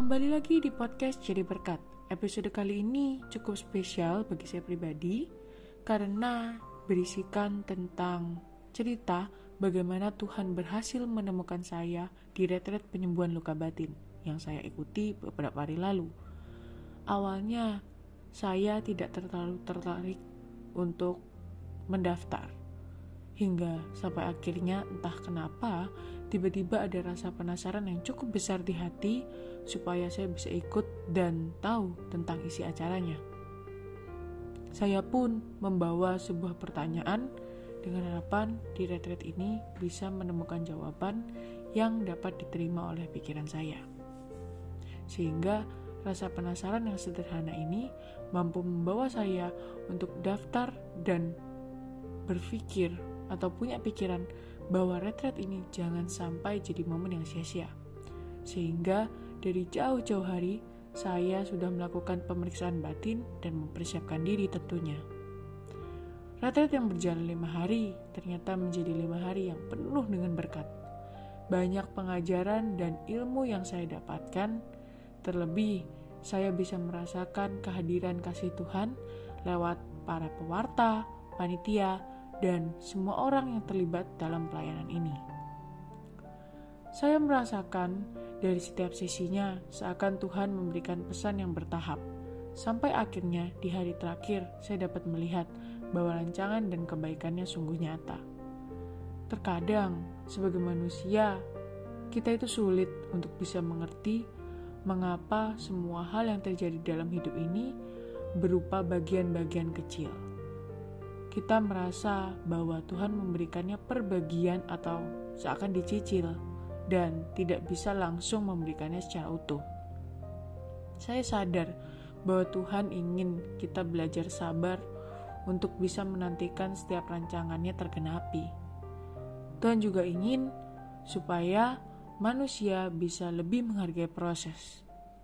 Kembali lagi di podcast Jadi Berkat. Episode kali ini cukup spesial bagi saya pribadi karena berisikan tentang cerita bagaimana Tuhan berhasil menemukan saya di retret penyembuhan luka batin yang saya ikuti beberapa hari lalu. Awalnya saya tidak terlalu tertarik untuk mendaftar, hingga sampai akhirnya entah kenapa tiba-tiba ada rasa penasaran yang cukup besar di hati supaya saya bisa ikut dan tahu tentang isi acaranya. Saya pun membawa sebuah pertanyaan dengan harapan di retret ini bisa menemukan jawaban yang dapat diterima oleh pikiran saya. Sehingga rasa penasaran yang sederhana ini mampu membawa saya untuk daftar dan berpikir atau punya pikiran bahwa retret ini jangan sampai jadi momen yang sia-sia. Sehingga dari jauh-jauh hari saya sudah melakukan pemeriksaan batin dan mempersiapkan diri tentunya. Retret yang berjalan 5 hari ternyata menjadi 5 hari yang penuh dengan berkat. Banyak pengajaran dan ilmu yang saya dapatkan, terlebih saya bisa merasakan kehadiran kasih Tuhan lewat para pewarta, panitia, dan semua orang yang terlibat dalam pelayanan ini. Saya merasakan dari setiap sesinya seakan Tuhan memberikan pesan yang bertahap. Sampai akhirnya di hari terakhir saya dapat melihat bahwa rancangan dan kebaikannya sungguh nyata. Terkadang sebagai manusia kita itu sulit untuk bisa mengerti mengapa semua hal yang terjadi dalam hidup ini berupa bagian-bagian kecil. Kita merasa bahwa Tuhan memberikannya per bagian atau seakan dicicil dan tidak bisa langsung memberikannya secara utuh. Saya sadar bahwa Tuhan ingin kita belajar sabar untuk bisa menantikan setiap rancangannya tergenapi. Tuhan juga ingin supaya manusia bisa lebih menghargai proses.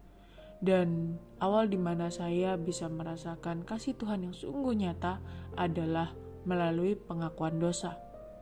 Dan awal di mana saya bisa merasakan kasih Tuhan yang sungguh nyata adalah melalui pengakuan dosa.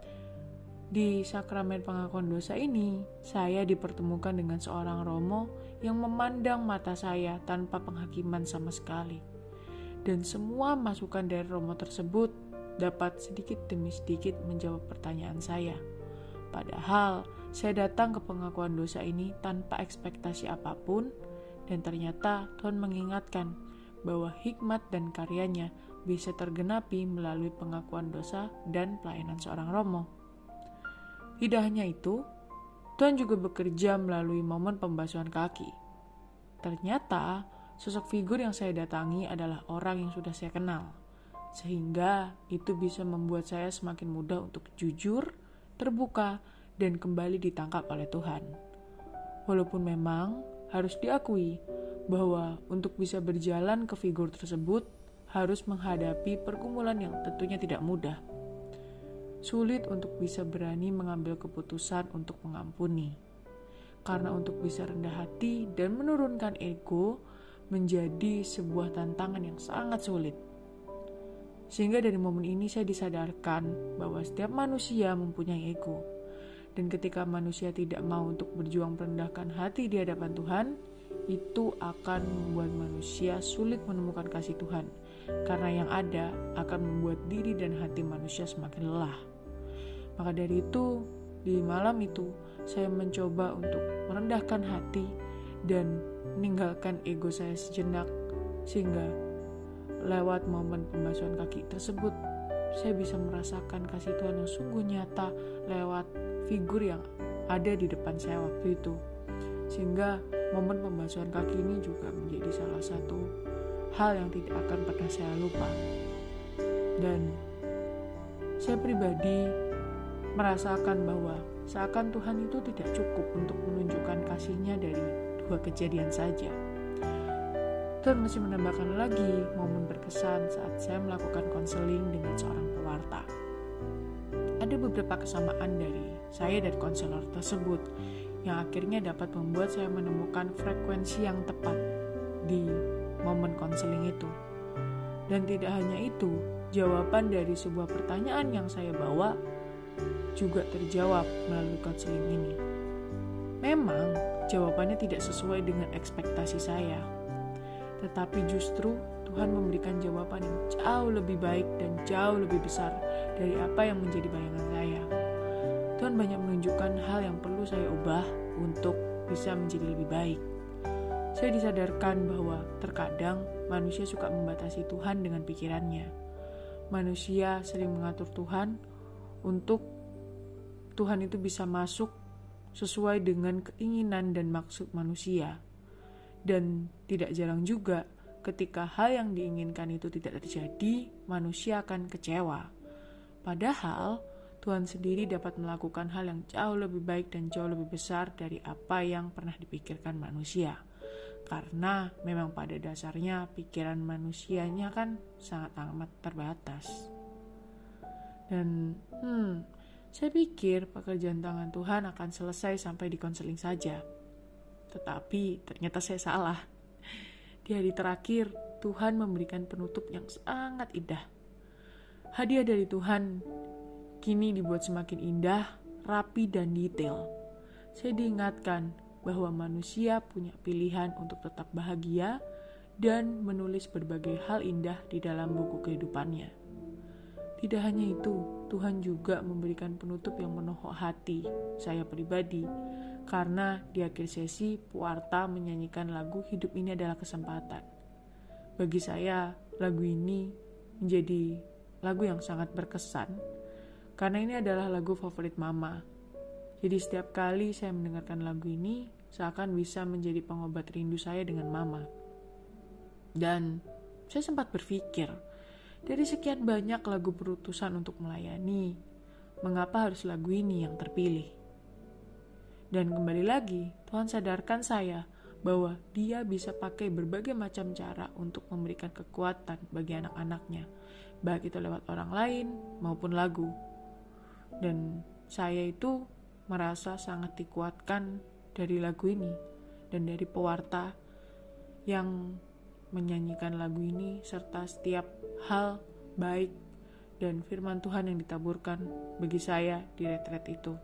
Di sakramen pengakuan dosa ini, saya dipertemukan dengan seorang romo yang memandang mata saya tanpa penghakiman sama sekali. Dan semua masukan dari romo tersebut dapat sedikit demi sedikit menjawab pertanyaan saya. Padahal, saya datang ke pengakuan dosa ini tanpa ekspektasi apapun, dan ternyata Tuhan mengingatkan bahwa hikmat dan karyanya bisa tergenapi melalui pengakuan dosa dan pelayanan seorang romo. Tidak hanya itu, Tuhan juga bekerja melalui momen pembasuhan kaki. Ternyata, sosok figur yang saya datangi adalah orang yang sudah saya kenal, sehingga itu bisa membuat saya semakin mudah untuk jujur, terbuka, dan kembali ditangkap oleh Tuhan. Walaupun memang harus diakui bahwa untuk bisa berjalan ke figur tersebut harus menghadapi pergumulan yang tentunya tidak mudah. Sulit untuk bisa berani mengambil keputusan untuk mengampuni. Karena untuk bisa rendah hati dan menurunkan ego menjadi sebuah tantangan yang sangat sulit. Sehingga dari momen ini saya disadarkan bahwa setiap manusia mempunyai ego. Dan ketika manusia tidak mau untuk berjuang merendahkan hati di hadapan Tuhan, itu akan membuat manusia sulit menemukan kasih Tuhan. Karena yang ada akan membuat diri dan hati manusia semakin lelah. Maka dari itu, di malam itu, saya mencoba untuk merendahkan hati dan meninggalkan ego saya sejenak, sehingga lewat momen pembasuhan kaki tersebut, saya bisa merasakan kasih Tuhan yang sungguh nyata lewat figur yang ada di depan saya waktu itu. Sehingga momen pembasuhan kaki ini juga menjadi salah satu hal yang tidak akan pernah saya lupa. Dan saya pribadi merasakan bahwa seakan Tuhan itu tidak cukup untuk menunjukkan kasih-Nya dari 2 kejadian saja. Tuhan masih menambahkan lagi momen berkesan saat saya melakukan konseling dengan seorang pewarta. Ada beberapa kesamaan dari saya dan konselor tersebut yang akhirnya dapat membuat saya menemukan frekuensi yang tepat di momen konseling itu. Dan tidak hanya itu, jawaban dari sebuah pertanyaan yang saya bawa juga terjawab melalui konseling ini. Memang jawabannya tidak sesuai dengan ekspektasi saya. Tetapi justru Tuhan memberikan jawaban yang jauh lebih baik dan jauh lebih besar dari apa yang menjadi bayangan saya. Tuhan banyak menunjukkan hal yang perlu saya ubah untuk bisa menjadi lebih baik. Saya disadarkan bahwa terkadang manusia suka membatasi Tuhan dengan pikirannya. Manusia sering mengatur Tuhan untuk Tuhan itu bisa masuk sesuai dengan keinginan dan maksud manusia. Dan tidak jarang juga ketika hal yang diinginkan itu tidak terjadi, manusia akan kecewa. Padahal Tuhan sendiri dapat melakukan hal yang jauh lebih baik dan jauh lebih besar dari apa yang pernah dipikirkan manusia. Karena memang pada dasarnya pikiran manusianya kan sangat amat terbatas. Dan saya pikir pekerjaan tangan Tuhan akan selesai sampai di konseling saja. Tetapi ternyata saya salah. Di hari terakhir, Tuhan memberikan penutup yang sangat indah. Hadiah dari Tuhan kini dibuat semakin indah, rapi, dan detail. Saya diingatkan bahwa manusia punya pilihan untuk tetap bahagia dan menulis berbagai hal indah di dalam buku kehidupannya. Tidak hanya itu, Tuhan juga memberikan penutup yang menohok hati saya pribadi, karena di akhir sesi pewarta menyanyikan lagu Hidup Ini Adalah Kesempatan. Bagi saya, lagu ini menjadi lagu yang sangat berkesan, karena ini adalah lagu favorit Mama. Jadi setiap kali saya mendengarkan lagu ini, seakan bisa menjadi pengobat rindu saya dengan Mama. Dan saya sempat berpikir, dari sekian banyak lagu berutusan untuk melayani, mengapa harus lagu ini yang terpilih? Dan kembali lagi, Tuhan sadarkan saya bahwa Dia bisa pakai berbagai macam cara untuk memberikan kekuatan bagi anak-anaknya, baik itu lewat orang lain maupun lagu. Dan saya itu merasa sangat dikuatkan dari lagu ini dan dari pewarta yang menyanyikan lagu ini serta setiap hal baik dan firman Tuhan yang ditaburkan bagi saya di retret itu.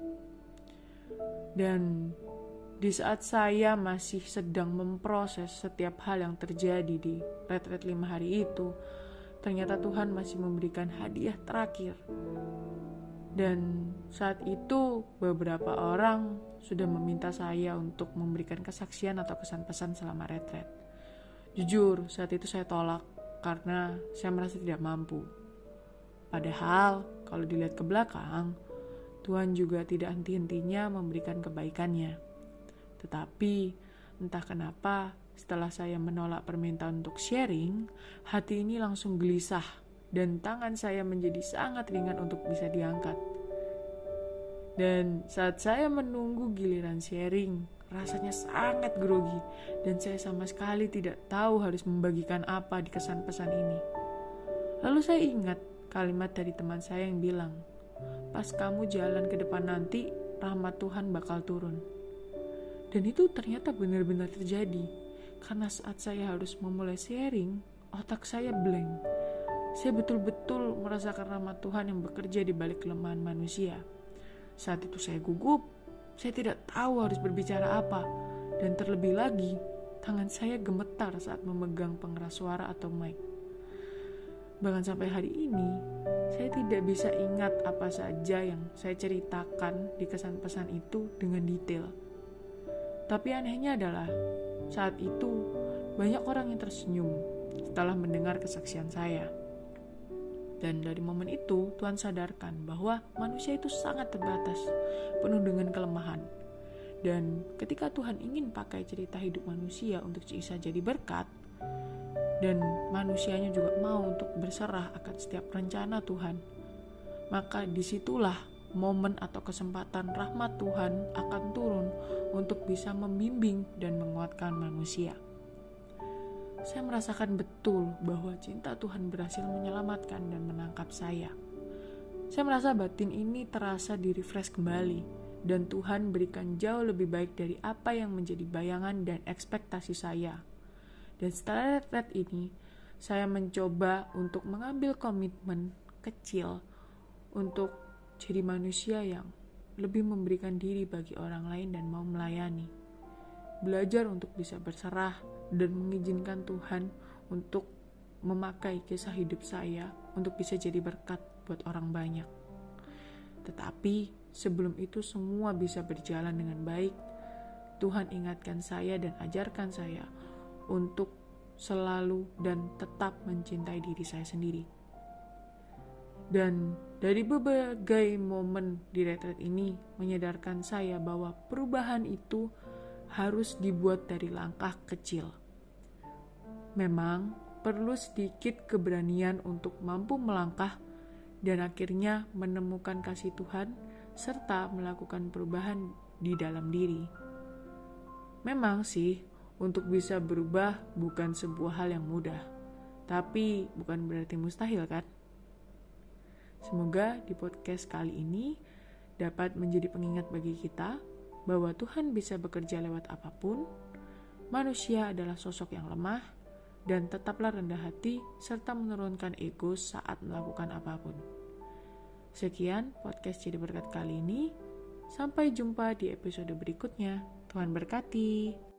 Dan di saat saya masih sedang memproses setiap hal yang terjadi di retret 5 hari itu, ternyata Tuhan masih memberikan hadiah terakhir. Dan saat itu beberapa orang sudah meminta saya untuk memberikan kesaksian atau kesan-pesan selama retret. Jujur, saat itu saya tolak karena saya merasa tidak mampu. Padahal kalau dilihat ke belakang, Tuhan juga tidak henti-hentinya memberikan kebaikannya. Tetapi entah kenapa setelah saya menolak permintaan untuk sharing, hati ini langsung gelisah dan tangan saya menjadi sangat ringan untuk bisa diangkat. Dan saat saya menunggu giliran sharing, rasanya sangat grogi dan saya sama sekali tidak tahu harus membagikan apa di kesan pesan ini. Lalu saya ingat kalimat dari teman saya yang bilang, pas kamu jalan ke depan nanti, rahmat Tuhan bakal turun. Dan itu ternyata benar-benar terjadi, karena saat saya harus memulai sharing, otak saya blank. Saya betul-betul merasakan rahmat Tuhan yang bekerja di balik kelemahan manusia. Saat itu saya gugup, saya tidak tahu harus berbicara apa, dan terlebih lagi, tangan saya gemetar saat memegang pengeras suara atau mic. Bahkan sampai hari ini, saya tidak bisa ingat apa saja yang saya ceritakan di kesan pesan itu dengan detail. Tapi anehnya adalah, saat itu banyak orang yang tersenyum setelah mendengar kesaksian saya. Dan dari momen itu, Tuhan sadarkan bahwa manusia itu sangat terbatas, penuh dengan kelemahan. Dan ketika Tuhan ingin pakai cerita hidup manusia untuk bisa jadi berkat, dan manusianya juga mau untuk berserah akan setiap rencana Tuhan, maka disitulah momen atau kesempatan rahmat Tuhan akan turun untuk bisa membimbing dan menguatkan manusia. Saya merasakan betul bahwa cinta Tuhan berhasil menyelamatkan dan menangkap saya. Saya merasa batin ini terasa di-refresh kembali, dan Tuhan berikan jauh lebih baik dari apa yang menjadi bayangan dan ekspektasi saya. Dan setelah retret ini, saya mencoba untuk mengambil komitmen kecil untuk jadi manusia yang lebih memberikan diri bagi orang lain dan mau melayani. belajar untuk bisa berserah dan mengizinkan Tuhan untuk memakai kisah hidup saya untuk bisa jadi berkat buat orang banyak. Tetapi sebelum itu semua bisa berjalan dengan baik, Tuhan ingatkan saya dan ajarkan saya untuk selalu dan tetap mencintai diri saya sendiri. Dan dari berbagai momen di retret ini menyadarkan saya bahwa perubahan itu harus dibuat dari langkah kecil. Memang perlu sedikit keberanian untuk mampu melangkah dan akhirnya menemukan kasih Tuhan serta melakukan perubahan di dalam diri. Memang sih, untuk bisa berubah bukan sebuah hal yang mudah, tapi bukan berarti mustahil kan? Semoga di podcast kali ini dapat menjadi pengingat bagi kita bahwa Tuhan bisa bekerja lewat apapun, manusia adalah sosok yang lemah, dan tetaplah rendah hati serta menurunkan ego saat melakukan apapun. Sekian podcast Jadi Berkat kali ini. Sampai jumpa di episode berikutnya. Tuhan berkati.